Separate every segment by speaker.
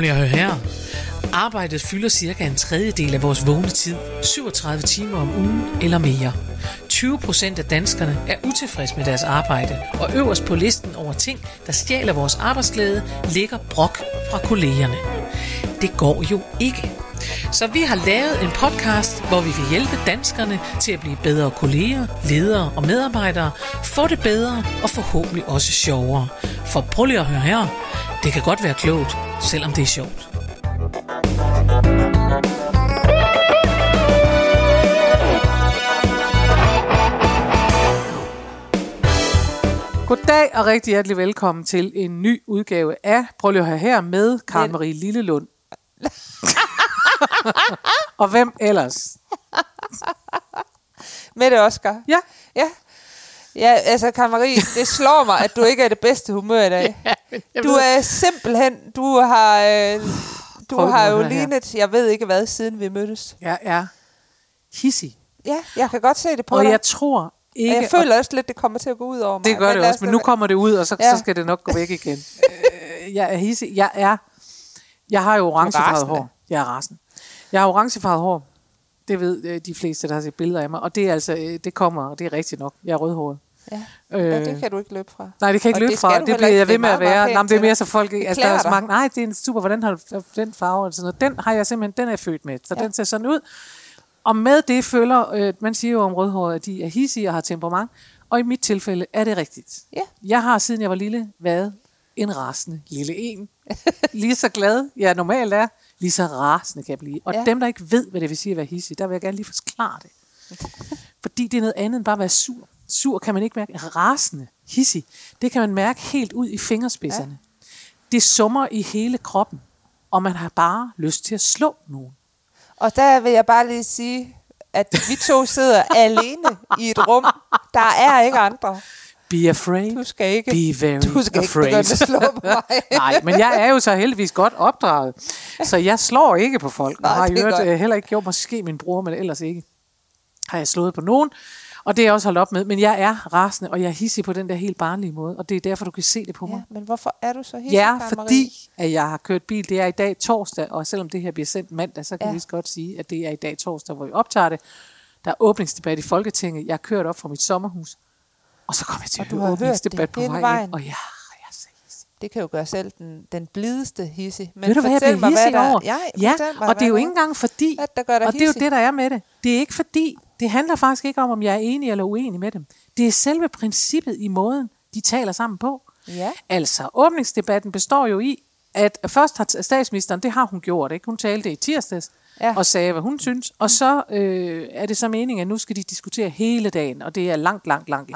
Speaker 1: lige at høre her. Arbejdet fylder cirka en tredjedel af vores vågne tid, 37 timer om ugen eller mere. 20% af danskerne er utilfredse med deres arbejde, og øverst på listen over ting, der stjæler vores arbejdsglæde, ligger brok fra kollegerne. Det går jo ikke. Så vi har lavet en podcast, hvor vi vil hjælpe danskerne til at blive bedre kolleger, ledere og medarbejdere, få det bedre og forhåbentlig også sjovere. For prøv lige at høre her. Det kan godt være klogt, selvom det er sjovt. Goddag og rigtig hjertelig velkommen til en ny udgave af Prøv lige at høre her med Karen Marie Lillelund. Og hvem ellers?
Speaker 2: Mette Oscar.
Speaker 1: Ja.
Speaker 2: Ja, altså Karen Marie, det slår mig, at du ikke er det bedste humør i dag. Du er simpelthen, du har jo lignet, jeg ved ikke hvad, siden vi mødtes.
Speaker 1: Jeg er hissig.
Speaker 2: Ja, jeg kan godt se det på
Speaker 1: og
Speaker 2: dig.
Speaker 1: Jeg tror ikke...
Speaker 2: Og jeg føler også lidt, det kommer til at gå ud over mig.
Speaker 1: Det gør det også, men nu kommer det ud, og så skal det nok gå væk igen. Jeg er hissig. Jeg har jo orangefarvet hår. Jeg er rasende. Jeg har orangefarvet hår. Det ved de fleste, der har set billeder af mig. Og det er altså, det kommer, og det er rigtigt nok. Jeg er rødhåret.
Speaker 2: Ja. Det kan du ikke løbe fra.
Speaker 1: Nej, det kan ikke løbe fra. Det bliver jeg ved med at være. Nej, det er mere så folk ikke. Altså, der er så mange. Nej, det er en super. Hvordan har du den farve? Sådan noget. Den har jeg simpelthen. Den er jeg født med. Så den ser sådan ud. Og med det følger, man siger jo om rødhåret, at de er hissige og har temperament. Og i mit tilfælde er det rigtigt.
Speaker 2: Ja.
Speaker 1: Jeg har, siden jeg var lille, været en rasende lille en. Lige så glad jeg normalt er, lige så rasende kan jeg blive. Og dem, der ikke ved, hvad det vil sige at være hissig, der vil jeg gerne lige forklare det. Fordi det er noget andet end bare at være sur. Sur kan man ikke mærke. Rasende, hissig, det kan man mærke helt ud i fingerspidserne. Ja. Det summer i hele kroppen, og man har bare lyst til at slå nogen.
Speaker 2: Og der vil jeg bare lige sige, at vi to sidder alene i et rum. Der er ikke andre.
Speaker 1: Be afraid.
Speaker 2: Du skal ikke
Speaker 1: begynde
Speaker 2: at slå på mig.
Speaker 1: Nej, men jeg er jo så heldigvis godt opdraget. Så jeg slår ikke på folk. Nej, og har jo heller ikke gjort, måske min bror, men ellers ikke. Har jeg slået på nogen. Og det er jeg også holdt op med. Men jeg er rasende, og jeg er hissig på den der helt barnlige måde. Og det er derfor, du kan se det på mig.
Speaker 2: Men hvorfor er du så hissig,
Speaker 1: Ja, fordi at jeg har kørt bil. Det er i dag torsdag, og selvom det her bliver sendt mandag, så kan vi godt sige, at det er i dag torsdag, hvor vi optager det. Der er åbningsdebat i Folketinget. Jeg har kørt op fra mit sommerhus, og så kommer jeg til at høre åbningsdebat på vej hjem. Og jeg er så hissig.
Speaker 2: Det kan jo gøre selv den blideste hissig. Men
Speaker 1: ved du, hvad jeg bliver hissig over? Ja, og det er jo ikke engang fordi,
Speaker 2: og det er
Speaker 1: jo det, der er med det. Det er ikke fordi, det handler faktisk ikke om jeg er enig eller uenig med dem. Det er selve princippet i måden, de taler sammen på.
Speaker 2: Ja.
Speaker 1: Altså, åbningsdebatten består jo i, at først har statsministeren, det har hun gjort, ikke? Hun talte i tirsdags og sagde, hvad hun synes. Og så er det så meningen, at nu skal de diskutere hele dagen, og det er langt.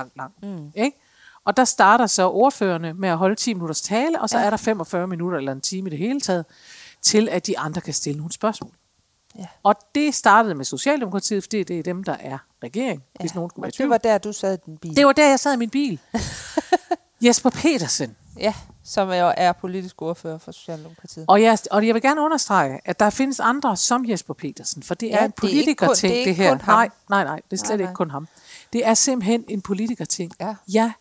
Speaker 1: Ikke? Og der starter så ordførerne med at holde 10 minutters tale, og så er der 45 minutter eller en time i det hele taget, til at de andre kan stille nogle spørgsmål. Ja. Og det startede med Socialdemokratiet, fordi det er dem, der er regering, hvis nogen skulle være i tvivl.
Speaker 2: Det var der, du sad i din bil.
Speaker 1: Det var der, jeg sad i min bil. Jesper Petersen.
Speaker 2: Ja, som jo er politisk ordfører for Socialdemokratiet.
Speaker 1: Og jeg vil gerne understrege, at der findes andre som Jesper Petersen, for det er en politikerting, det her. Nej, det er slet ikke kun ham. Det er simpelthen en politikerting. Ja.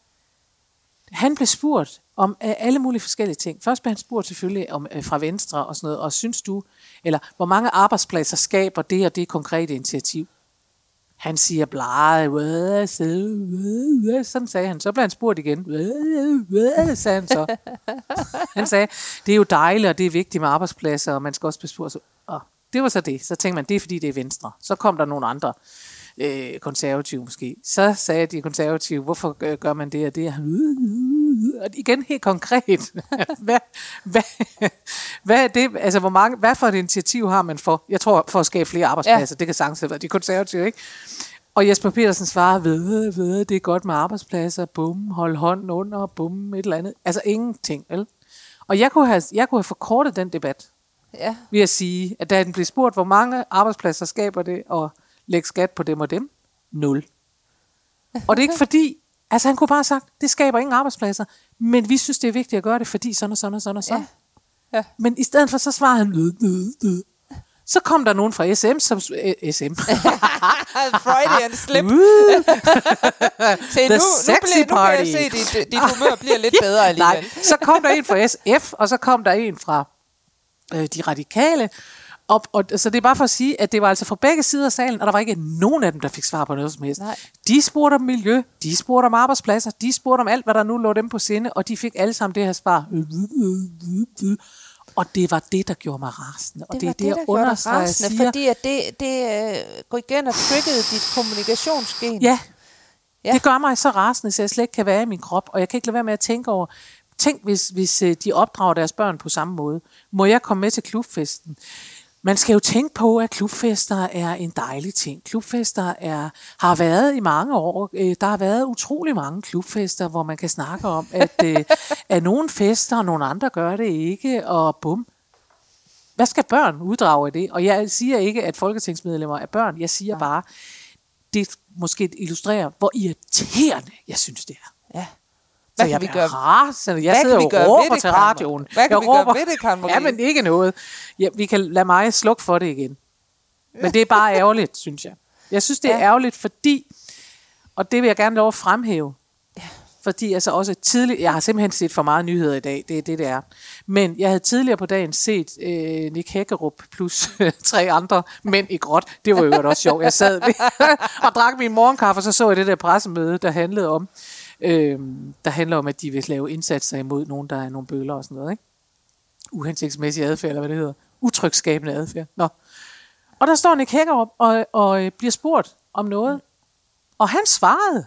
Speaker 1: Han blev spurgt om alle mulige forskellige ting. Først blev han spurgt selvfølgelig om fra Venstre og sådan noget, og synes du, eller hvor mange arbejdspladser skaber det og det konkrete initiativ? Han siger bladet, sådan sagde han. Så blev han spurgt igen, sagde han så. Han sagde, det er jo dejligt, og det er vigtigt med arbejdspladser, og man skal også besvare. Og det var så det. Så tænkte man, det er fordi, det er Venstre. Så kom der nogle andre konservative måske. Så sagde de konservative, hvorfor gør man det og det? Og igen helt konkret. Hvad er det? Altså, hvad for et initiativ har man for? Jeg tror, for at skabe flere arbejdspladser. Det kan sagtens have været de konservative, ikke? Og Jesper Petersen svarer, det er godt med arbejdspladser, bum, hold hånden under, bum, et eller andet. Altså ingenting, vel? Og jeg kunne have forkortet den debat, ved at sige, at da den blev spurgt, hvor mange arbejdspladser skaber det, og lægge skat på dem og dem, 0. Og det er ikke fordi, altså han kunne bare have sagt, det skaber ingen arbejdspladser, men vi synes, det er vigtigt at gøre det, fordi sådan og sådan. Ja. Men i stedet for, så svarer han, Så kom der nogen fra SM, som... SM.
Speaker 2: Freudian slip. Se,
Speaker 1: nu
Speaker 2: kan jeg se, dit humør bliver lidt bedre alligevel.
Speaker 1: Nej, så kom der en fra SF, og så kom der en fra de radikale. Så det er bare for at sige, at det var altså fra begge sider af salen, og der var ikke nogen af dem, der fik svar på noget som helst.
Speaker 2: Nej.
Speaker 1: De spurgte om miljø, de spurgte om arbejdspladser, de spurgte om alt, hvad der nu lå dem på sinde, og de fik alle sammen det her svar. Og det var det, der gjorde mig rasende. Og det er det, jeg understreger, jeg siger.
Speaker 2: Fordi at det går igen og triggede dit kommunikationsgen.
Speaker 1: Ja, det gør mig så rasende, så jeg slet ikke kan være i min krop, og jeg kan ikke lade være med at tænke over, tænk hvis de opdrager deres børn på samme måde. Må jeg komme med til klubfesten? Man skal jo tænke på, at klubfester er en dejlig ting. Klubfester har været i mange år. Der har været utrolig mange klubfester, hvor man kan snakke om, at nogle fester, og nogle andre gør det ikke, og bum. Hvad skal børn uddrage af det? Og jeg siger ikke, at folketingsmedlemmer er børn. Jeg siger bare, det måske illustrerer, hvor irriterende jeg synes, det er.
Speaker 2: Ja.
Speaker 1: Så jeg bliver rasende. Jeg sidder og råber til radioen.
Speaker 2: Hvad kan vi gøre ved det, Karen Marie?
Speaker 1: Ja, men ikke noget. Ja, vi kan lade mig slukke for det igen. Men det er bare ærgerligt, synes jeg. Jeg synes, det er ærgerligt, fordi, og det vil jeg gerne lov at fremhæve, fordi altså også tidligere, jeg har simpelthen set for meget nyheder i dag, det er det er. Men jeg havde tidligere på dagen set Nick Hækkerup plus 3 andre mænd i gråt. Det var jo også sjovt. Jeg sad og drak min morgenkaffe, og så jeg det der pressemøde, der handlede om, at de vil lave indsatser imod nogen, der er nogle bøller og sådan noget, ikke? Uhensigtsmæssig adfærd, eller hvad det hedder. Utrygsskabende adfærd. Nå. Og der står Nick Hækkerup og bliver spurgt om noget. Og han svarede.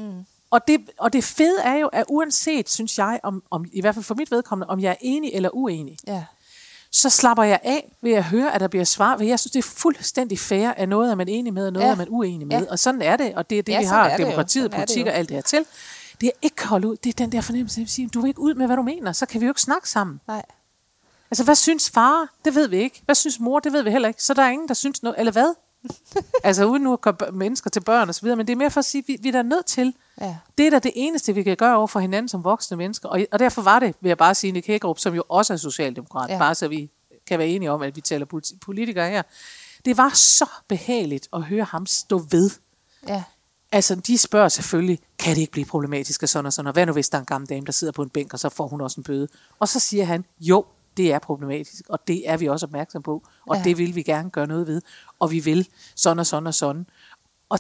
Speaker 1: Og det fede er jo, at uanset, synes jeg, om i hvert fald for mit vedkommende, om jeg er enig eller uenig, så slapper jeg af ved at høre, at der bliver svar. Jeg synes, det er fuldstændig fair, at noget er man enig med, og noget er man uenig med. Og sådan er det, og det er det, vi har, demokratiet, politik og alt det her til. Det jeg ikke kan holde ud, det er den der fornemmelse, at sige, du vil ikke ud med, hvad du mener, så kan vi jo ikke snakke sammen.
Speaker 2: Nej.
Speaker 1: Altså, hvad synes far? Det ved vi ikke. Hvad synes mor? Det ved vi heller ikke. Så der er ingen, der synes noget, eller hvad? Altså, uden nu at komme mennesker til børn og så videre, men det er mere for at sige, vi er da nødt til. Ja. Det er da det eneste, vi kan gøre over for hinanden som voksne mennesker. Og derfor var det, vil jeg bare sige, Nick Hækkerup, som jo også er socialdemokrat, bare så vi kan være enige om, at vi taler politikere her. Det var så behageligt at høre ham stå ved. Ja. Altså, de spørger selvfølgelig, kan det ikke blive problematisk og sådan og sådan, og hvad nu hvis der er en gammel dame, der sidder på en bænk, og så får hun også en bøde. Og så siger han, jo, det er problematisk, og det er vi også opmærksom på, og det vil vi gerne gøre noget ved, og vi vil sådan og sådan og sådan. Og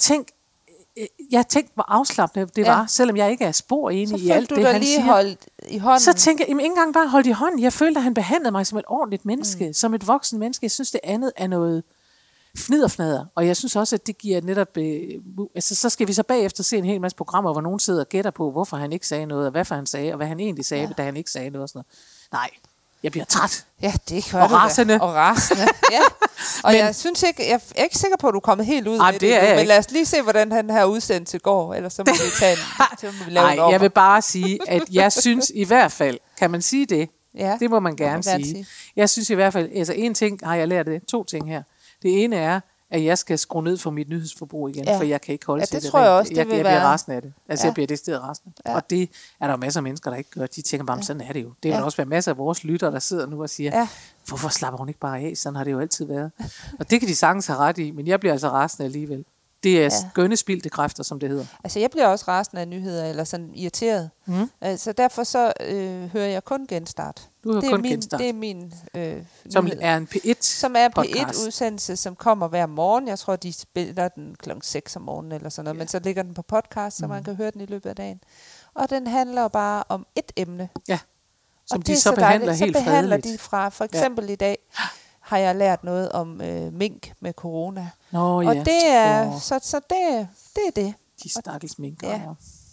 Speaker 1: jeg tænkte, hvor afslappende det var, selvom jeg ikke er spor enig i alt det, han siger.
Speaker 2: Holdt i hånden.
Speaker 1: Så tænker jeg, ikke engang bare holdt i hånden. Jeg følte, at han behandlede mig som et ordentligt menneske, som et voksen menneske. Jeg synes, det andet er noget fniderfnader. Og jeg synes også, at det giver netop... altså, så skal vi så bagefter se en hel masse programmer, hvor nogen sidder og gætter på, hvorfor han ikke sagde noget, og hvad han sagde, og hvad han egentlig sagde, da han ikke sagde noget og sådan noget. Nej, jeg bliver træt.
Speaker 2: Ja, det gør du rasende. Og rasende. Ja. Og jeg synes ikke, jeg er ikke sikker på, at du er kommet helt ud af det. Men lad os lige se, hvordan den her udsendelse går, ellers så må vi tage
Speaker 1: Nej, jeg vil bare sige, at jeg synes i hvert fald, kan man sige det? Ja, det må man gerne sige. Jeg synes i hvert fald, altså en ting har jeg lært det, 2 ting her. Det ene er, at jeg skal skrue ned for mit nyhedsforbrug igen, for jeg kan ikke holde til det.
Speaker 2: Det tror jeg også, det vil
Speaker 1: jeg bliver rasende af det. Altså jeg bliver decideret rasende. Ja. Og det er der jo masser af mennesker, der ikke gør. De tænker bare, sådan er det jo. Det vil også være masser af vores lyttere, der sidder nu og siger, hvorfor slapper hun ikke bare af? Sådan har det jo altid været. Og det kan de sagtens have ret i, men jeg bliver altså rasende alligevel. Det er skønne spildte kræfter, som det hedder. Altså
Speaker 2: jeg bliver også rasende af nyheder, eller sådan irriteret. Så derfor så hører jeg kun Genstart.
Speaker 1: Du hører kun Genstart.
Speaker 2: Det er min
Speaker 1: som er en P1
Speaker 2: som er en P1-udsendelse, som kommer hver morgen. Jeg tror, de spiller den kl. 6 om morgenen, eller sådan noget. Men så ligger den på podcast, så man kan høre den i løbet af dagen. Og den handler bare om et emne.
Speaker 1: Ja, som de så behandler helt fredeligt.
Speaker 2: Så behandler de fra, for eksempel i dag, har jeg lært noget om mink med corona. Og det er, så det er det.
Speaker 1: De stakkels minker.
Speaker 2: Ja.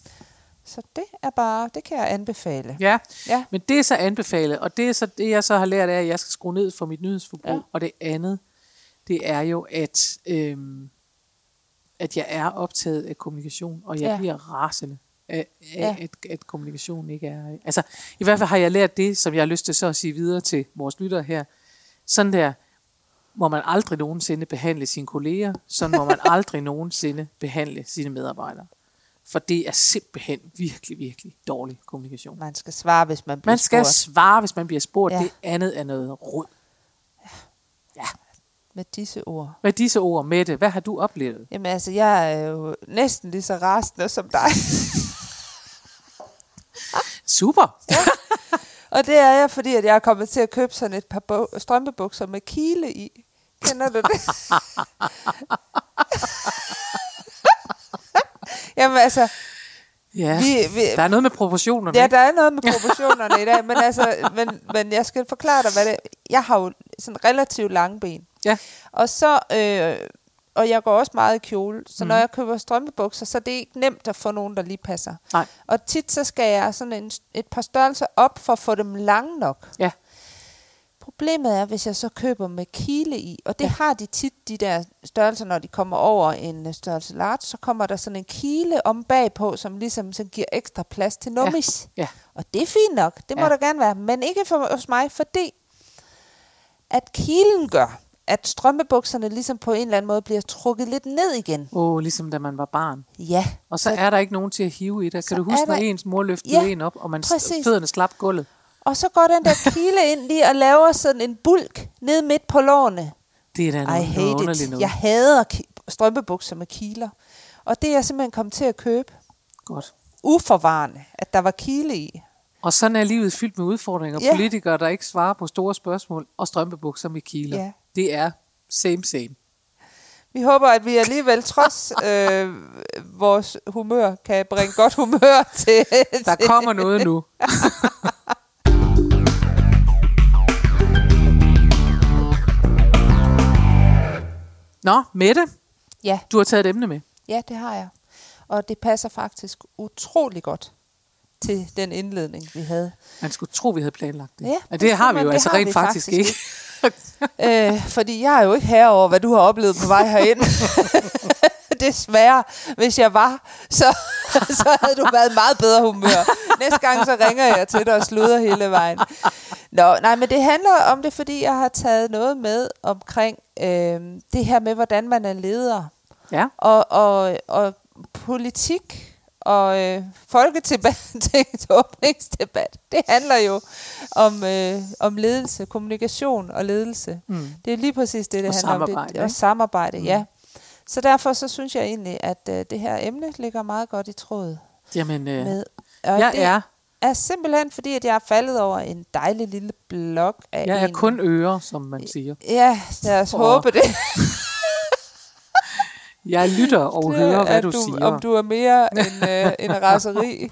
Speaker 2: Så det er bare, det kan jeg anbefale.
Speaker 1: Ja, men det er så anbefalet, og det er så det, jeg så har lært af, at jeg skal skrue ned for mit nyhedsforbrug. Ja. Og det andet, det er jo, at jeg er optaget af kommunikation, og jeg bliver rasende af, at kommunikation ikke er... Altså, i hvert fald har jeg lært det, som jeg har lyst til så at sige videre til vores lyttere her. Sådan der må man aldrig nogensinde behandle sine kolleger, sådan må man aldrig nogensinde behandle sine medarbejdere. For det er simpelthen virkelig, virkelig dårlig kommunikation.
Speaker 2: Man skal svare, hvis man bliver spurgt.
Speaker 1: Man skal svare, hvis man bliver spurgt. Det andet er noget rod. Ja.
Speaker 2: Med disse ord.
Speaker 1: Med disse ord, Mette, hvad har du oplevet?
Speaker 2: Jamen altså, jeg er jo næsten lige så rasende som dig.
Speaker 1: Super.
Speaker 2: Og det er jeg, fordi at jeg er kommet til at købe sådan et par strømpebukser med kile i. Kender du det? Jamen altså...
Speaker 1: Ja, der er noget med proportionerne.
Speaker 2: Ja, der er noget med proportionerne i dag, men jeg skal forklare dig, hvad det er. Jeg har jo sådan relativt lange ben.
Speaker 1: Ja.
Speaker 2: Og så... og jeg går også meget i kjole, så når jeg køber strømpebukser, så er det ikke nemt at få nogen, der lige passer.
Speaker 1: Nej.
Speaker 2: Og tit så skal jeg sådan et par størrelser op, for at få dem lange nok.
Speaker 1: Ja.
Speaker 2: Problemet er, hvis jeg så køber med kile i, og det har de tit, de der størrelser, når de kommer over en størrelse large, så kommer der sådan en kile om bagpå, som ligesom så giver ekstra plads til nummis.
Speaker 1: Ja.
Speaker 2: Og det er fint nok, det må der gerne være, men ikke hos mig, fordi at kilen gør, at strømpebukserne ligesom på en eller anden måde bliver trukket lidt ned igen.
Speaker 1: Ligesom da man var barn.
Speaker 2: Ja.
Speaker 1: Og så er der ikke nogen til at hive i det. Kan du huske, når ens mor løftede en op, og man fødderne slap gulvet? Og
Speaker 2: så går den der kile ind lige og laver sådan en bulk ned midt på lårene.
Speaker 1: Det er da noget underligt noget.
Speaker 2: Jeg hader strømpebukser med kiler. Og det er jeg simpelthen kommet til at købe.
Speaker 1: Godt.
Speaker 2: Uforvarende, at der var kile i.
Speaker 1: Og sådan er livet fyldt med udfordringer. Ja. Politikere, der ikke svarer på store spørgsmål, og strømpebukser med kiler. Ja. Det er same.
Speaker 2: Vi håber, at vi alligevel trods vores humør kan bringe godt humør til...
Speaker 1: Der kommer noget nu. Nå, Mette.
Speaker 2: Ja.
Speaker 1: Du har taget et emne med.
Speaker 2: Ja, det har jeg. Og det passer faktisk utrolig godt til den indledning, vi havde.
Speaker 1: Man skulle tro, vi havde planlagt det.
Speaker 2: Ja,
Speaker 1: det har vi jo altså rent faktisk ikke.
Speaker 2: Fordi jeg er jo ikke herre over, hvad du har oplevet på vej herind. Desværre, hvis jeg var, så havde du været meget bedre humør. Næste gang så ringer jeg til dig og sluder hele vejen. Men det handler om det, fordi jeg har taget noget med omkring det her med, hvordan man er leder.
Speaker 1: Ja.
Speaker 2: Og politik og folketingets åbningsdebat. Det handler jo om ledelse, kommunikation og ledelse. Det er lige præcis det handler om. Og samarbejde, ja. Så derfor så synes jeg egentlig, at det her emne ligger meget godt i tråd.
Speaker 1: Jamen,
Speaker 2: med. Og det er simpelthen fordi, at jeg er faldet over en dejlig lille blog af
Speaker 1: jeg er kun ører, som man siger.
Speaker 2: Ja, lad os håbe det.
Speaker 1: Jeg lytter og hører, hvad du siger.
Speaker 2: Om du er mere en raseri.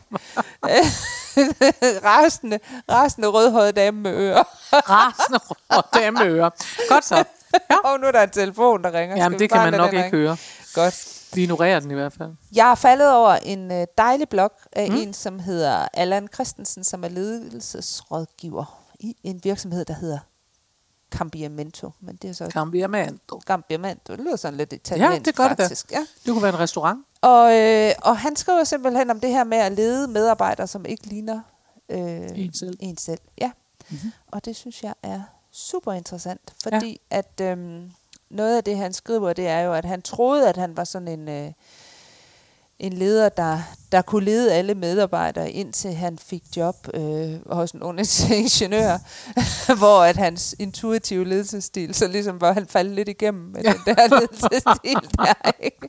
Speaker 2: rasende rødhårede dame med ører.
Speaker 1: Rasende rødhårede dame med ører. Godt så.
Speaker 2: Ja. Og nu er der en telefon, der ringer.
Speaker 1: Jamen, det kan man nok ikke høre.
Speaker 2: Godt.
Speaker 1: Vi ignorerer den i hvert fald.
Speaker 2: Jeg er faldet over en dejlig blog af en, som hedder Allan Christensen, som er ledelsesrådgiver i en virksomhed, der hedder Cambiamento. Men det er så Cambiamento. Det lyder sådan lidt italiensk,
Speaker 1: det gør
Speaker 2: faktisk.
Speaker 1: Det. Det kunne være en restaurant.
Speaker 2: Og han skriver simpelthen om det her med at lede medarbejdere, som ikke ligner en selv. Ja. Mm-hmm. Og det synes jeg er super interessant, fordi at noget af det, han skriver, det er jo, at han troede, at han var sådan en leder, der kunne lede alle medarbejdere, indtil han fik job hos en ingeniør, hvor at hans intuitive ledelsesstil, så ligesom var han faldet lidt igennem med den der ledelsesstil der, ikke?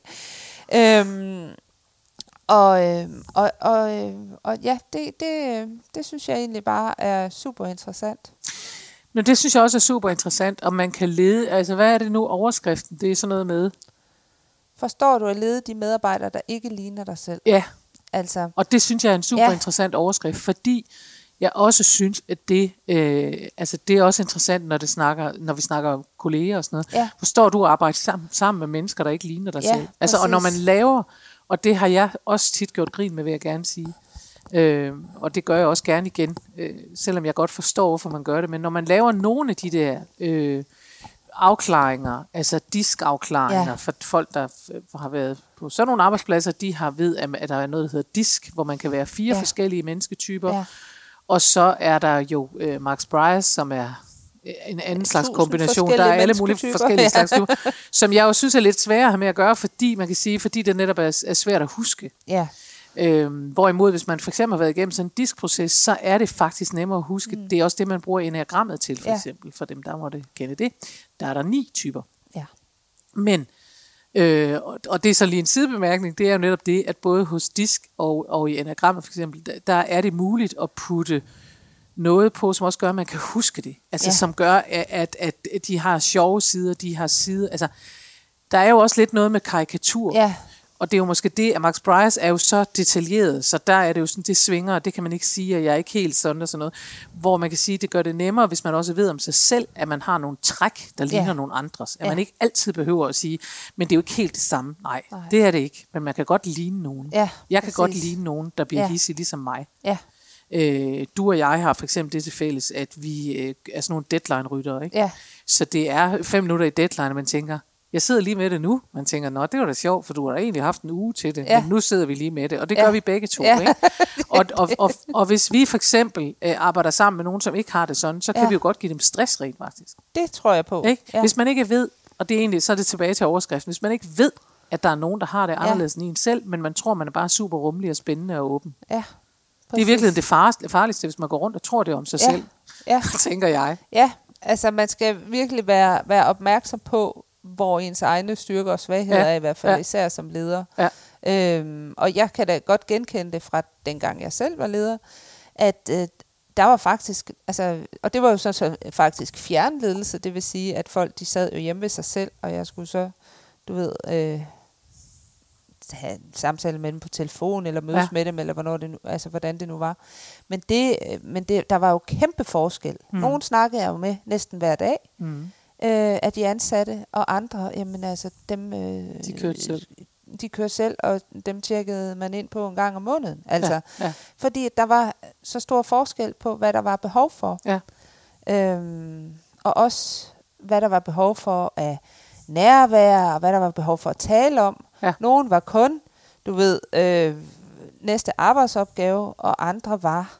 Speaker 2: Og ja, det synes jeg egentlig bare er super interessant.
Speaker 1: Men det synes jeg også er super interessant, om man kan lede, altså hvad er det nu overskriften, det er sådan noget med?
Speaker 2: Forstår du at lede de medarbejdere, der ikke ligner dig selv?
Speaker 1: Ja,
Speaker 2: altså,
Speaker 1: og det synes jeg er en super interessant overskrift, fordi jeg også synes, at det er også interessant, når vi snakker om kolleger og sådan noget. Ja. Forstår du at arbejde sammen med mennesker, der ikke ligner dig selv? Altså, og når man laver, og det har jeg også tit gjort grin med, vil jeg gerne sige, og det gør jeg også gerne igen, selvom jeg godt forstår, hvorfor man gør det, men når man laver nogle af de der afklaringer, altså diskafklaringer for folk, der har været på sådan nogle arbejdspladser, de har ved, at der er noget, der hedder disk, hvor man kan være 4 forskellige mennesketyper, og så er der jo Max Bryce, som er en anden slags kombination. Der er alle mulige forskellige slags typer, som jeg jo synes er lidt sværere at have med at gøre, fordi man kan sige, fordi det netop er svært at huske. Ja. Hvorimod, hvis man for eksempel har været igennem sådan en diskproces, så er det faktisk nemmere at huske. Det er også det, man bruger enagrammet til, for eksempel, for dem, der måtte kende det. Der er der 9 typer. Ja. Men, og det er så lige en sidebemærkning, det er jo netop det, at både hos disk og i enagrammet for eksempel, der er det muligt at putte noget på, som også gør, at man kan huske det. Altså som gør, at de har sjove sider, de har sider. Altså, der er jo også lidt noget med karikatur.
Speaker 2: Ja.
Speaker 1: Og det er jo måske det, at Max Bryce er jo så detaljeret, så der er det jo sådan, det svinger, og det kan man ikke sige, at jeg er ikke helt sådan og sådan noget. Hvor man kan sige, at det gør det nemmere, hvis man også ved om sig selv, at man har nogle træk, der ligner nogle andres. At man ikke altid behøver at sige, men det er jo ikke helt det samme. Nej, det er det ikke. Men man kan godt ligne nogen. Ja, jeg kan godt ligne nogen, der bliver hissig ligesom mig. Ja. Du og jeg har for eksempel det til fælles, at vi er sådan nogle deadline-ryttere, ikke? Ja. Så det er 5 minutter i deadline, og man tænker, jeg sidder lige med det nu. Man tænker, nå, det var da sjovt, for du har da egentlig haft en uge til det, men nu sidder vi lige med det, og det gør vi begge to, ikke? Og hvis vi for eksempel arbejder sammen med nogen, som ikke har det sådan, så kan vi jo godt give dem stress rent faktisk.
Speaker 2: Det tror jeg på.
Speaker 1: Ikke? Ja. Hvis man ikke ved, og det er egentlig, så er det tilbage til overskriften, hvis man ikke ved, at der er nogen, der har det anderledes end en selv, men man tror, man er bare super rummelig og spændende og åben. Ja. Det er virkelig det farligste, hvis man går rundt og tror det om sig selv, tænker jeg. Ja,
Speaker 2: altså man skal virkelig være opmærksom på, hvor ens egne styrker og svagheder er, i hvert fald især som leder. Ja. Og jeg kan da godt genkende det fra dengang jeg selv var leder, at der var faktisk, altså, og det var jo så faktisk fjernledelse, det vil sige, at folk de sad jo hjemme ved sig selv, og jeg skulle så, du ved, have en samtale med dem på telefon, eller mødes med dem, eller hvornår det nu, altså, hvordan det nu var. Men der var jo kæmpe forskel. Nogen snakkede jeg jo med næsten hver dag, af de ansatte, og andre, jamen altså, dem de kørte selv, og dem tjekkede man ind på en gang om måneden. Altså, fordi der var så stor forskel på, hvad der var behov for. Ja. Og også, hvad der var behov for af nærvær, og hvad der var behov for at tale om. Ja. Nogen var kun, du ved, næste arbejdsopgave, og andre var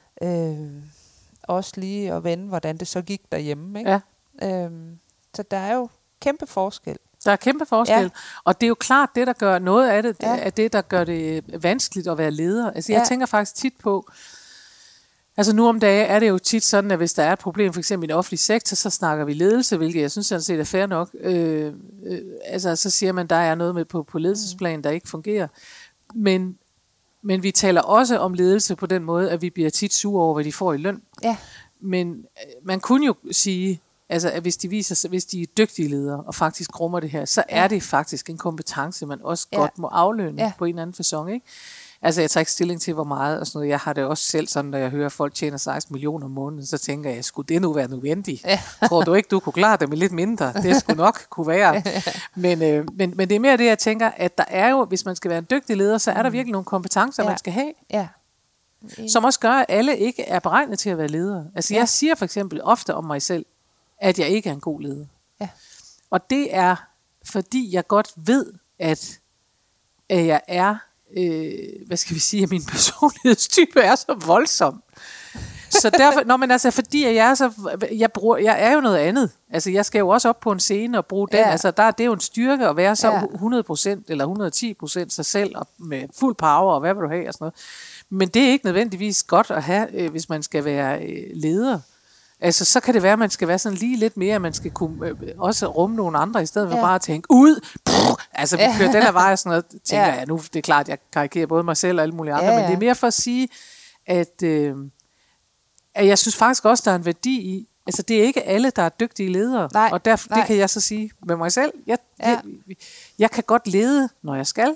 Speaker 2: også lige at vende, hvordan det så gik derhjemme. Ikke? Ja. Så der er jo kæmpe forskel.
Speaker 1: Der er kæmpe forskel, og det er jo klart, det der gør noget af det, er det, der gør det vanskeligt at være leder. Altså jeg tænker faktisk tit på, altså nu om dagen er det jo tit sådan, at hvis der er et problem, for eksempel i den offentlige sektor, så snakker vi ledelse, hvilket jeg synes sådan set er fair nok. Altså så siger man, der er noget med på ledelsesplan, der ikke fungerer. Men vi taler også om ledelse på den måde, at vi bliver tit sure over, hvad de får i løn. Ja. Men man kunne jo sige, altså at hvis de er dygtige ledere og faktisk rummer det her, så er det faktisk en kompetence, man også godt må aflønne på en eller anden facon, ikke? Altså jeg tager ikke stilling til, hvor meget og sådan noget. Jeg har det også selv sådan, når jeg hører, at folk tjener 16 millioner om måneden, så tænker jeg, skulle det nu være nødvendigt? Ja. Tror du ikke, du kunne klare det med lidt mindre? Det skulle nok kunne være. Men det er mere det, jeg tænker, at der er jo, hvis man skal være en dygtig leder, så er der virkelig nogle kompetencer, man skal have. Ja. Som også gør, at alle ikke er beregnet til at være ledere. Altså jeg siger for eksempel ofte om mig selv, at jeg ikke er en god leder. Ja. Og det er, fordi jeg godt ved, at jeg er, hvad skal vi sige, at min personlighedstype er så voldsom. Så derfor, fordi jeg er så, jeg er jo noget andet. Altså jeg skal jo også op på en scene og bruge den. Altså det er jo en styrke at være så 100% eller 110% sig selv og med fuld power og hvad vil du have og sådan noget. Men det er ikke nødvendigvis godt at have, hvis man skal være leder. Altså, så kan det være, at man skal være sådan lige lidt mere, at man skal kunne også rumme nogle andre, i stedet for bare at tænke ud. Altså, vi kører den her vej og sådan noget, tænker jeg nu, det er klart, jeg karikerer både mig selv og alle mulige andre, men det er mere for at sige, at jeg synes faktisk også, der er en værdi i, altså det er ikke alle, der er dygtige ledere, og derfor, det kan jeg så sige med mig selv, jeg kan godt lede, når jeg skal,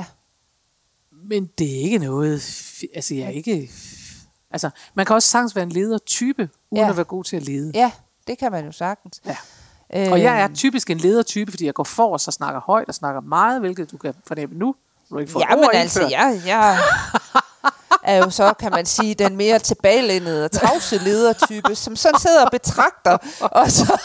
Speaker 1: men det er ikke noget, altså jeg er ikke... Altså, man kan også sagtens være en ledertype, uden at være god til at lede.
Speaker 2: Ja, det kan man jo sagtens. Ja.
Speaker 1: Og jeg er typisk en ledertype, fordi jeg går forrest og snakker højt og snakker meget, hvilket du kan fornemme nu. Du ikke får
Speaker 2: men altså, jeg er jo så, kan man sige, den mere tilbagelænede og tavse ledertype, som sådan sidder og betragter. Og så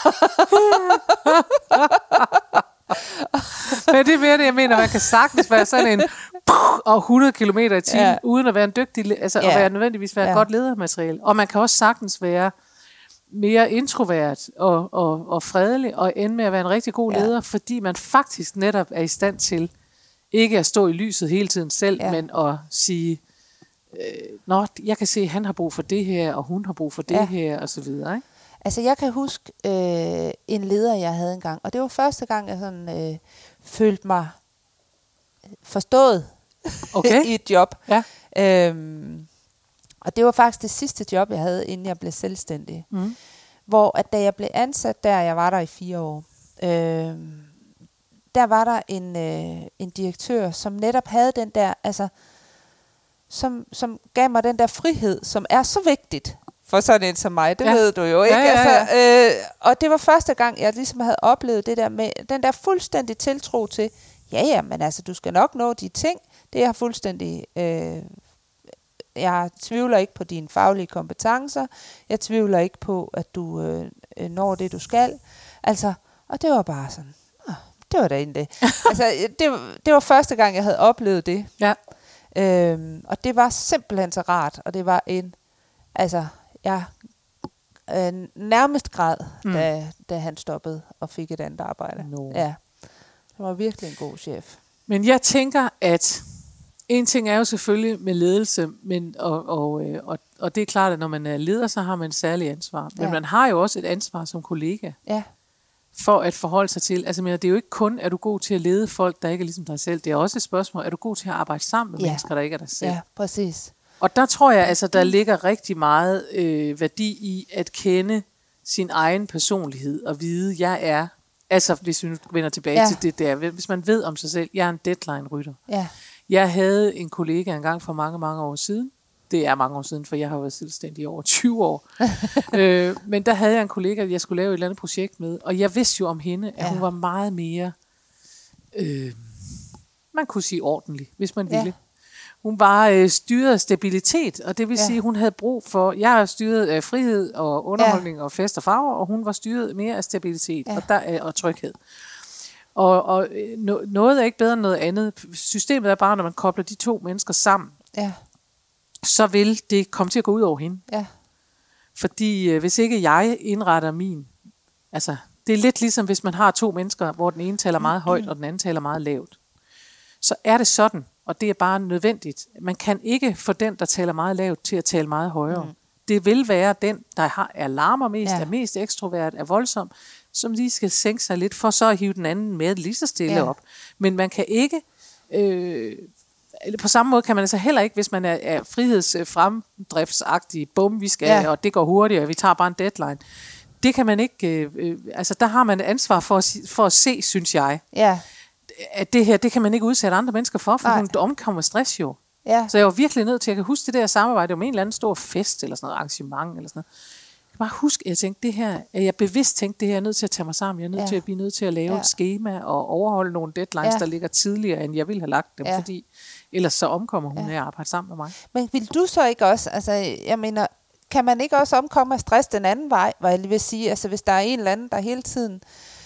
Speaker 1: men det er mere det, jeg mener, man kan sagtens være sådan en og 100 km i timen, uden at være en dygtig, altså at være nødvendigvis være godt ledermateriale. Og man kan også sagtens være mere introvert og fredelig, og ende med at være en rigtig god leder, fordi man faktisk netop er i stand til ikke at stå i lyset hele tiden selv, men at sige, nå, jeg kan se, at han har brug for det her, og hun har brug for det her, og så videre, ikke?
Speaker 2: Altså, jeg kan huske en leder, jeg havde engang, og det var første gang, jeg sådan følte mig forstået i et job. Ja. Og det var faktisk det sidste job, jeg havde, inden jeg blev selvstændig. Hvor at da jeg blev ansat der, jeg var der i 4 år, der var der en direktør, som netop havde den der, altså, som gav mig den der frihed, som er så vigtigt for sådan en som mig. Det ved du jo, ikke? Altså, og det var første gang, jeg ligesom havde oplevet det der med den der fuldstændig tiltro til, ja, men altså, du skal nok nå de ting. Det er fuldstændig... jeg tvivler ikke på dine faglige kompetencer. Jeg tvivler ikke på, at du når det, du skal. Altså, og det var bare sådan, det var da egentlig det. Altså, det var første gang, jeg havde oplevet det. Ja. Og det var simpelthen så rart, og det var jeg nærmest græd, da han stoppede og fik et andet arbejde. Ja, det var virkelig en god chef.
Speaker 1: Men jeg tænker, at en ting er jo selvfølgelig med ledelse, men, og det er klart, at når man er leder, så har man et særligt ansvar. Men man har jo også et ansvar som kollega. Ja. For at forholde sig til, altså det er jo ikke kun, er du god til at lede folk, der ikke er ligesom dig selv. Det er også et spørgsmål, er du god til at arbejde sammen med mennesker, der ikke er dig selv?
Speaker 2: Ja, præcis.
Speaker 1: Og der tror jeg, altså der ligger rigtig meget værdi i at kende sin egen personlighed og vide, jeg er, altså hvis vi nu vender tilbage til det der, hvis man ved om sig selv, jeg er en deadline-rytter. Ja. Jeg havde en kollega engang for mange, mange år siden. Det er mange år siden, for jeg har været selvstændig i over 20 år. Men der havde jeg en kollega, jeg skulle lave et eller andet projekt med, og jeg vidste jo om hende, at hun var meget mere, man kunne sige ordentlig, hvis man ville. Hun var styret af stabilitet, og det vil sige, hun havde brug for, jeg er styret af frihed og underholdning og fest og farver, og hun var styret mere af stabilitet og tryghed. Og noget er ikke bedre end noget andet. Systemet er bare, når man kobler de to mennesker sammen, så vil det komme til at gå ud over hende. Ja. Fordi hvis ikke jeg indretter min, altså det er lidt ligesom hvis man har to mennesker, hvor den ene taler meget højt, og den anden taler meget lavt. Så er det sådan, og det er bare nødvendigt. Man kan ikke få den, der taler meget lavt, til at tale meget højere. Det vil være den, der er larmer mest, er mest ekstrovert, er voldsom, som lige skal sænke sig lidt, for så at hive den anden med lige så stille op. Men man kan ikke... på samme måde kan man altså heller ikke, hvis man er frihedsfremdriftsagtig, vi skal, og det går hurtigt, vi tager bare en deadline. Det kan man ikke, altså der har man et ansvar for at se, synes jeg, at det her, det kan man ikke udsætte andre mennesker for du omkommer stress jo. Ja. Så jeg var virkelig nødt til, jeg kan huske det der samarbejde om en eller anden stor fest, eller sådan noget arrangement, eller sådan noget. Jeg kan bare huske, at jeg tænkte, det her, at jeg bevidst tænkte, det her er nødt til at tage mig sammen, jeg er nødt til at blive nødt til at lave et schema, og overholde nogle deadlines, der ligger tidligere, end jeg ville have lagt dem, fordi ellers så omkommer hun af at arbejde sammen med mig.
Speaker 2: Men vil du så ikke også, altså jeg mener, kan man ikke også omkomme af stress den anden vej, hvad jeg vil sige, altså hvis der er en eller anden, der hele tiden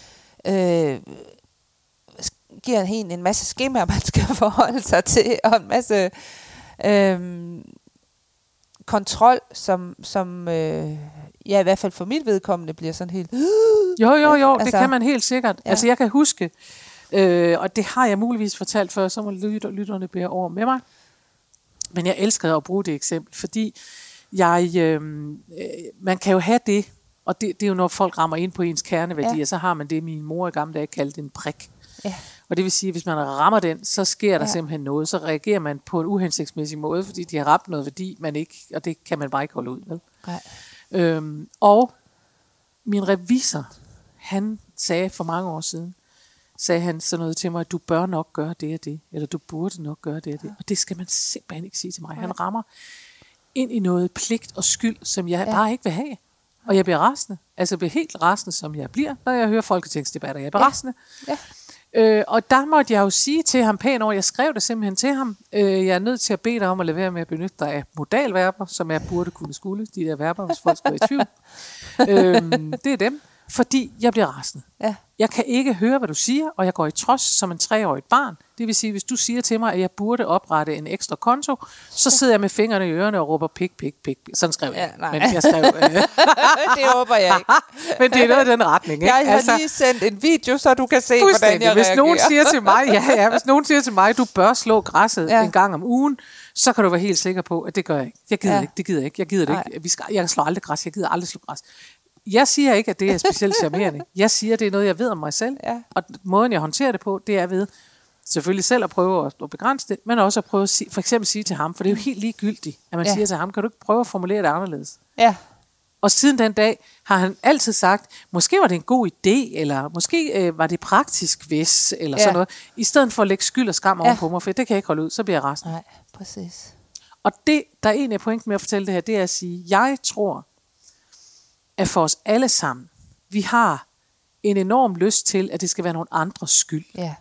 Speaker 2: giver en masse skemaer, man skal forholde sig til, og en masse kontrol, som i hvert fald for mit vedkommende bliver sådan helt...
Speaker 1: Jo, altså, det kan man helt sikkert. Ja. Altså jeg kan huske, og det har jeg muligvis fortalt før, så må lytterne bære over med mig, men jeg elskede at bruge det eksempel, fordi man kan jo have det, og det er jo når folk rammer ind på ens kerneværdier, så har man det, min mor i gamle dage kaldte en prik. Ja. Og det vil sige, at hvis man rammer den, så sker der simpelthen noget. Så reagerer man på en uhensigtsmæssig måde, fordi de har ramt noget værdi, man ikke, og det kan man bare ikke holde ud. Vel? Nej. Og min revisor, han sagde for mange år siden, sagde han sådan noget til mig, at du bør nok gøre det og det, eller du burde nok gøre det og det. Og det skal man simpelthen ikke sige til mig. Han rammer ind i noget pligt og skyld, som jeg bare ikke vil have. Og jeg bliver rasende. Altså jeg bliver helt rasende, som jeg bliver, når jeg hører folketingsdebatter. Jeg bliver rasende. Ja. Og der måtte jeg jo sige til ham pænt over, jeg skrev det simpelthen til ham, jeg er nødt til at bede dig om at lade være med at benytte dig af modalverber, som jeg burde kunne skulle, de der verber, hvis folk skulle være i tvivl. Det er dem, fordi jeg bliver rasende. Ja. Jeg kan ikke høre, hvad du siger, og jeg går i trods som en 3-årigt barn. Det vil sige, hvis du siger til mig, at jeg burde oprette en ekstra konto, så sidder jeg med fingrene i ørerne og råber pik, pik, pik. Sådan skrev jeg. Ja, men jeg skrev...
Speaker 2: det håber jeg ikke.
Speaker 1: Men det er noget af den retning. Ikke?
Speaker 2: Jeg har lige sendt en video, så du kan se, hvordan jeg reagerer.
Speaker 1: Hvis nogen siger til mig, du bør slå græsset en gang om ugen, så kan du være helt sikker på, at det gør jeg ikke. Jeg gider ikke, det gider jeg ikke. Jeg gider det ikke. Jeg slår aldrig græs, jeg gider aldrig slå græs. Jeg siger ikke, at det er specielt charmerende. Jeg siger, at det er noget, jeg ved om mig selv. Ja. Og måden, jeg håndterer det på, det er ved, selvfølgelig selv at prøve at begrænse det, men også at prøve at for eksempel sige til ham, for det er jo helt ligegyldigt, at man siger til ham, kan du ikke prøve at formulere det anderledes?
Speaker 2: Ja.
Speaker 1: Og siden den dag har han altid sagt, måske var det en god idé, eller måske var det praktisk hvis, eller sådan noget, i stedet for at lægge skyld og skam over på mig, for det kan jeg ikke holde ud, så bliver jeg rasende.
Speaker 2: Nej, præcis.
Speaker 1: Og det, der er en af pointen med at fortælle det her, det er at sige, jeg tror, at for os alle sammen, vi har en enorm lyst til, at det skal være nogen andres skyld.
Speaker 2: Ja.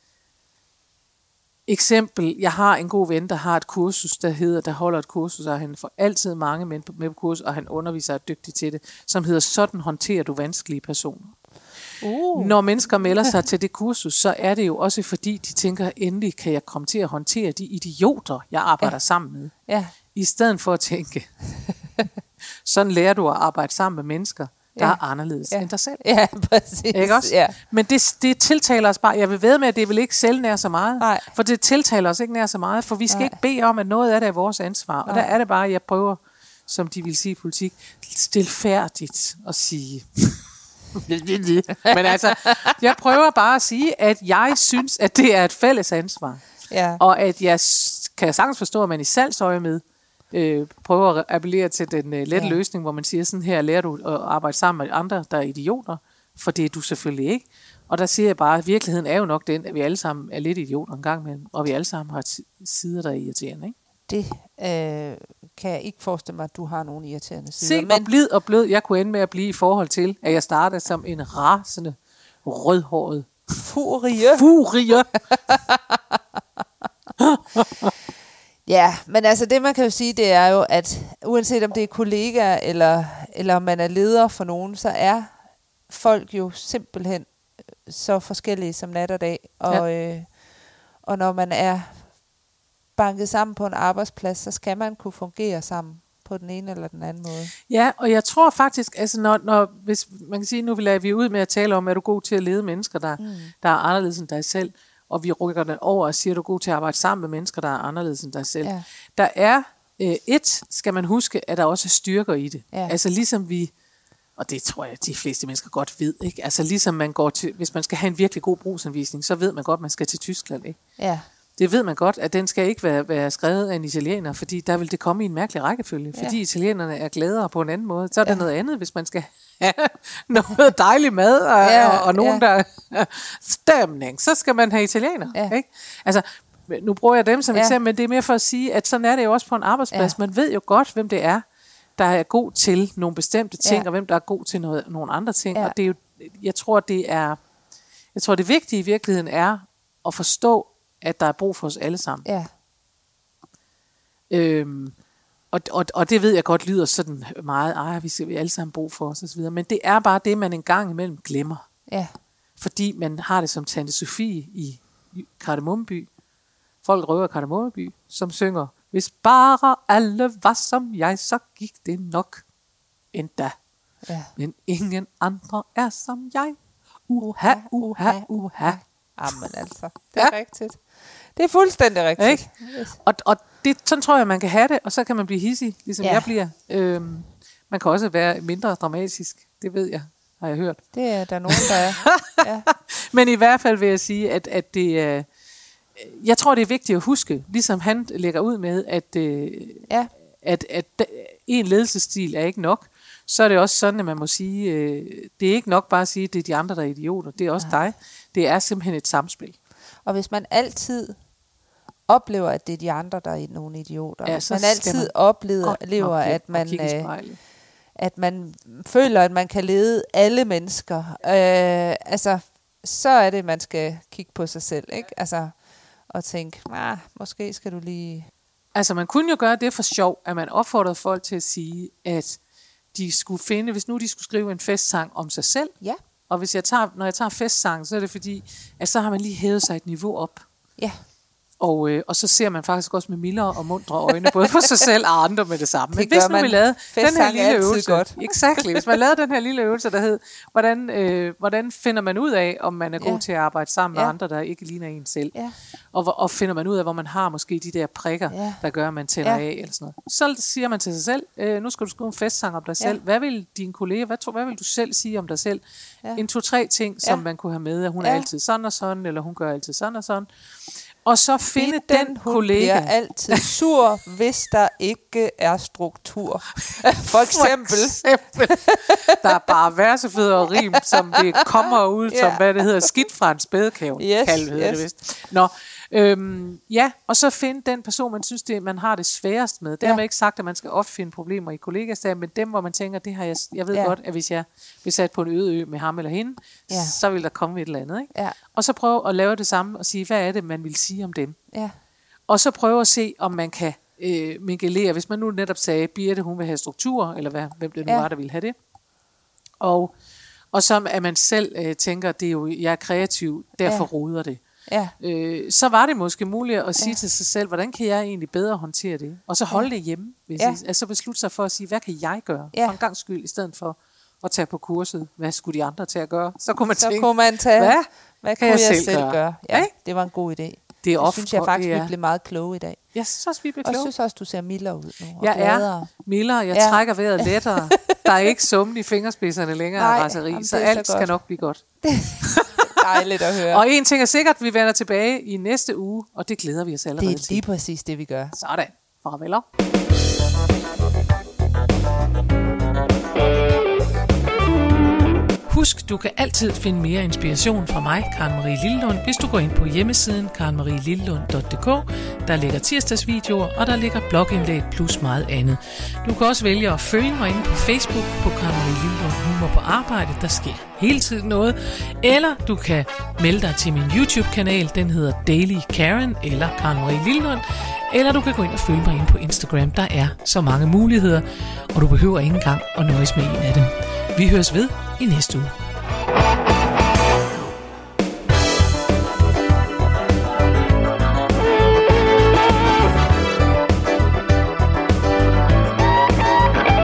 Speaker 1: Eksempel, jeg har en god ven, der har et kursus, der holder et kursus, og han får altid mange mænd med på kursus, og han underviser er dygtig til det, som hedder, sådan håndterer du vanskelige personer. Når mennesker melder sig til det kursus, så er det jo også fordi, de tænker, endelig kan jeg komme til at håndtere de idioter, jeg arbejder sammen med. Ja. I stedet for at tænke, sådan lærer du at arbejde sammen med mennesker, der er anderledes end dig selv.
Speaker 2: Ja, præcis.
Speaker 1: Ikke også? Ja. Men det tiltaler os bare, jeg vil ved med, at det vil ikke selv nær så meget. Nej. For det tiltaler os ikke nær så meget, for vi skal ikke bede om, at noget af det er vores ansvar. Og der er det bare, at jeg prøver, som de vil sige i politik, stilfærdigt at sige. Men altså, jeg prøver bare at sige, at jeg synes, at det er et fælles ansvar. Ja. Og at jeg kan sagtens forstå, at man i salgsøje med prøver at appellere til den lette løsning, hvor man siger, sådan her lærer du at arbejde sammen med andre, der er idioter, for det er du selvfølgelig ikke. Og der siger jeg bare, at virkeligheden er jo nok den, at vi alle sammen er lidt idioter en gang imellem, og vi alle sammen har sider, der er irriterende, ikke?
Speaker 2: Det kan jeg ikke forestille mig, at du har nogle irriterende sider.
Speaker 1: Se, hvor blid og blød jeg kunne ende med at blive i forhold til, at jeg startede som en rasende, rødhåret furie.
Speaker 2: Ja, men altså det man kan jo sige, det er jo, at uanset om det er kollegaer, eller man er leder for nogen, så er folk jo simpelthen så forskellige som nat og dag. Og når man er banket sammen på en arbejdsplads, så skal man kunne fungere sammen på den ene eller den anden måde.
Speaker 1: Ja, og jeg tror faktisk, altså hvis man kan sige, nu vil vi ud med at tale om, er du god til at lede mennesker, der er anderledes end dig selv, og vi rykker den over og siger, at du er god til at arbejde sammen med mennesker, der er anderledes end dig selv. Ja. Der er skal man huske, at der også er styrker i det. Ja. Altså ligesom vi, og det tror jeg, de fleste mennesker godt ved, ikke? Altså ligesom man går til, hvis man skal have en virkelig god brugsanvisning, så ved man godt, at man skal til Tyskland, ikke? Ja. Det ved man godt, at den skal ikke være skrevet af en italiener, fordi der vil det komme i en mærkelig rækkefølge, fordi italienerne er gladere på en anden måde. Så er der noget andet, hvis man skal have noget dejlig mad og nogen, der stemning, så skal man have italiener. Ja. Ikke? Altså, nu bruger jeg dem som eksempel, men det er mere for at sige, at sådan er det jo også på en arbejdsplads. Ja. Man ved jo godt, hvem det er, der er god til nogle bestemte ting, og hvem der er god til nogle andre ting. Og det er jo, jeg tror, det vigtige i virkeligheden er at forstå, at der er brug for os alle sammen. Ja. Og det ved jeg godt lyder sådan meget, vi alle sammen brug for os og så videre. Men det er bare det, man en gang imellem glemmer. Ja. Fordi man har det som Tante Sofie i Kardemommeby. Folk røver Kardemommeby, som synger, hvis bare alle var som jeg, så gik det nok endda. Ja. Men ingen andre er som jeg. Uha, uha, uha.
Speaker 2: Jamen altså, det er rigtigt. Det er fuldstændig rigtigt.
Speaker 1: Ikke? Yes. Og det, sådan tror jeg, man kan have det, og så kan man blive hidsig, ligesom jeg bliver. Man kan også være mindre dramatisk, det ved jeg, har jeg hørt.
Speaker 2: Det er der nogen, der er. Ja.
Speaker 1: Men i hvert fald vil jeg sige, at det jeg tror, det er vigtigt at huske, ligesom han lægger ud med, at en ledelsesstil er ikke nok, så er det også sådan, at man må sige, det er ikke nok bare at sige, at det er de andre, der er idioter. Det er også dig. Det er simpelthen et samspil.
Speaker 2: Og hvis man altid oplever, at det er de andre, der er nogle idioter, hvis man altid oplever, at man føler, at man kan lede alle mennesker, så er det, man skal kigge på sig selv, ikke? Altså, og tænke, måske skal du lige...
Speaker 1: Altså, man kunne jo gøre det for sjov, at man opfordrede folk til at sige, at de skulle finde, hvis nu de skulle skrive en festsang om sig selv. Ja. Og når jeg tager festsang, så er det fordi, at så har man lige hævet sig et niveau op. Ja. Og så ser man faktisk også med mildere og mundre øjne, både på sig selv og andre med det samme. Men hvis nu vi lavede den her lille øvelse, godt. Exactly, hvis man lavede den her lille øvelse, der hed, hvordan finder man ud af, om man er god til at arbejde sammen med andre, der ikke ligner en selv? Ja. Og finder man ud af, hvor man har måske de der prikker, der gør, at man tænder af, eller sådan noget. Så siger man til sig selv, nu skal du skrive en festsang om dig selv. Hvad vil din kollega, hvad vil du selv sige om dig selv? En 2-3 ting, som man kunne have med, at hun er altid sådan og sådan, eller hun gør altid sådan og sådan. Og så finde den kollega.
Speaker 2: Hun bliver altid sur, hvis der ikke er struktur. For eksempel.
Speaker 1: Der er bare versefødder og rim, som det kommer ud, som hvad det hedder, skidt fra en spædekæve. Hedder det vist. Nå, og så finde den person, man synes, man har det sværest med. Det har man ikke sagt, at man skal ofte finde problemer i kollegaer, men dem, hvor man tænker, det har jeg ved godt, at hvis jeg blev sat på en øde ø med ham eller hende, så vil der komme et eller andet. Ikke? Ja. Og så prøve at lave det samme og sige, hvad er det, man vil sige om dem. Ja. Og så prøve at se, om man kan mingelere, hvis man nu netop sagde, Birte, hun vil have struktur, eller hvem det nu var, der ville have det. Og så at man selv tænker, det er jo, jeg er kreativ, derfor roder det. Ja. Så var det måske muligt at sige til sig selv, hvordan kan jeg egentlig bedre håndtere det? Og så holde det hjemme, altså beslutte sig for at sige, hvad kan jeg gøre for en gangs skyld, i stedet for at tage på kurset, hvad skulle de andre til at gøre? Så kunne man tænke,
Speaker 2: hvad kan jeg selv gøre? Ja, det var en god idé. Det synes jeg faktisk, vi blev meget kloge i dag.
Speaker 1: Jeg synes også, vi blev kloge.
Speaker 2: Og jeg synes også, du ser mildere ud nu.
Speaker 1: Jeg er mildere, jeg trækker vejret lettere. Der er ikke summen i fingerspidserne længere af raseri, så alt skal nok blive godt.
Speaker 2: Dejligt at høre.
Speaker 1: Og en ting er sikkert, vi vender tilbage i næste uge, og det glæder vi os allerede til.
Speaker 2: Det er lige præcis det, vi gør.
Speaker 1: Sådan. Farveler. Husk, du kan altid finde mere inspiration fra mig, Karen Marie Lillelund, hvis du går ind på hjemmesiden karenmarielillelund.dk. Der ligger tirsdagsvideoer, og der ligger blogindlæg plus meget andet. Du kan også vælge at følge mig inde på Facebook på Karen Marie Lillelund Humor på Arbejde. Der sker hele tiden noget. Eller du kan melde dig til min YouTube-kanal. Den hedder Daily Karen eller Karen Marie Lillelund. Eller du kan gå ind og følge mig inde på Instagram. Der er så mange muligheder, og du behøver ikke engang at nøjes med en af dem. Vi høres ved i næste uge.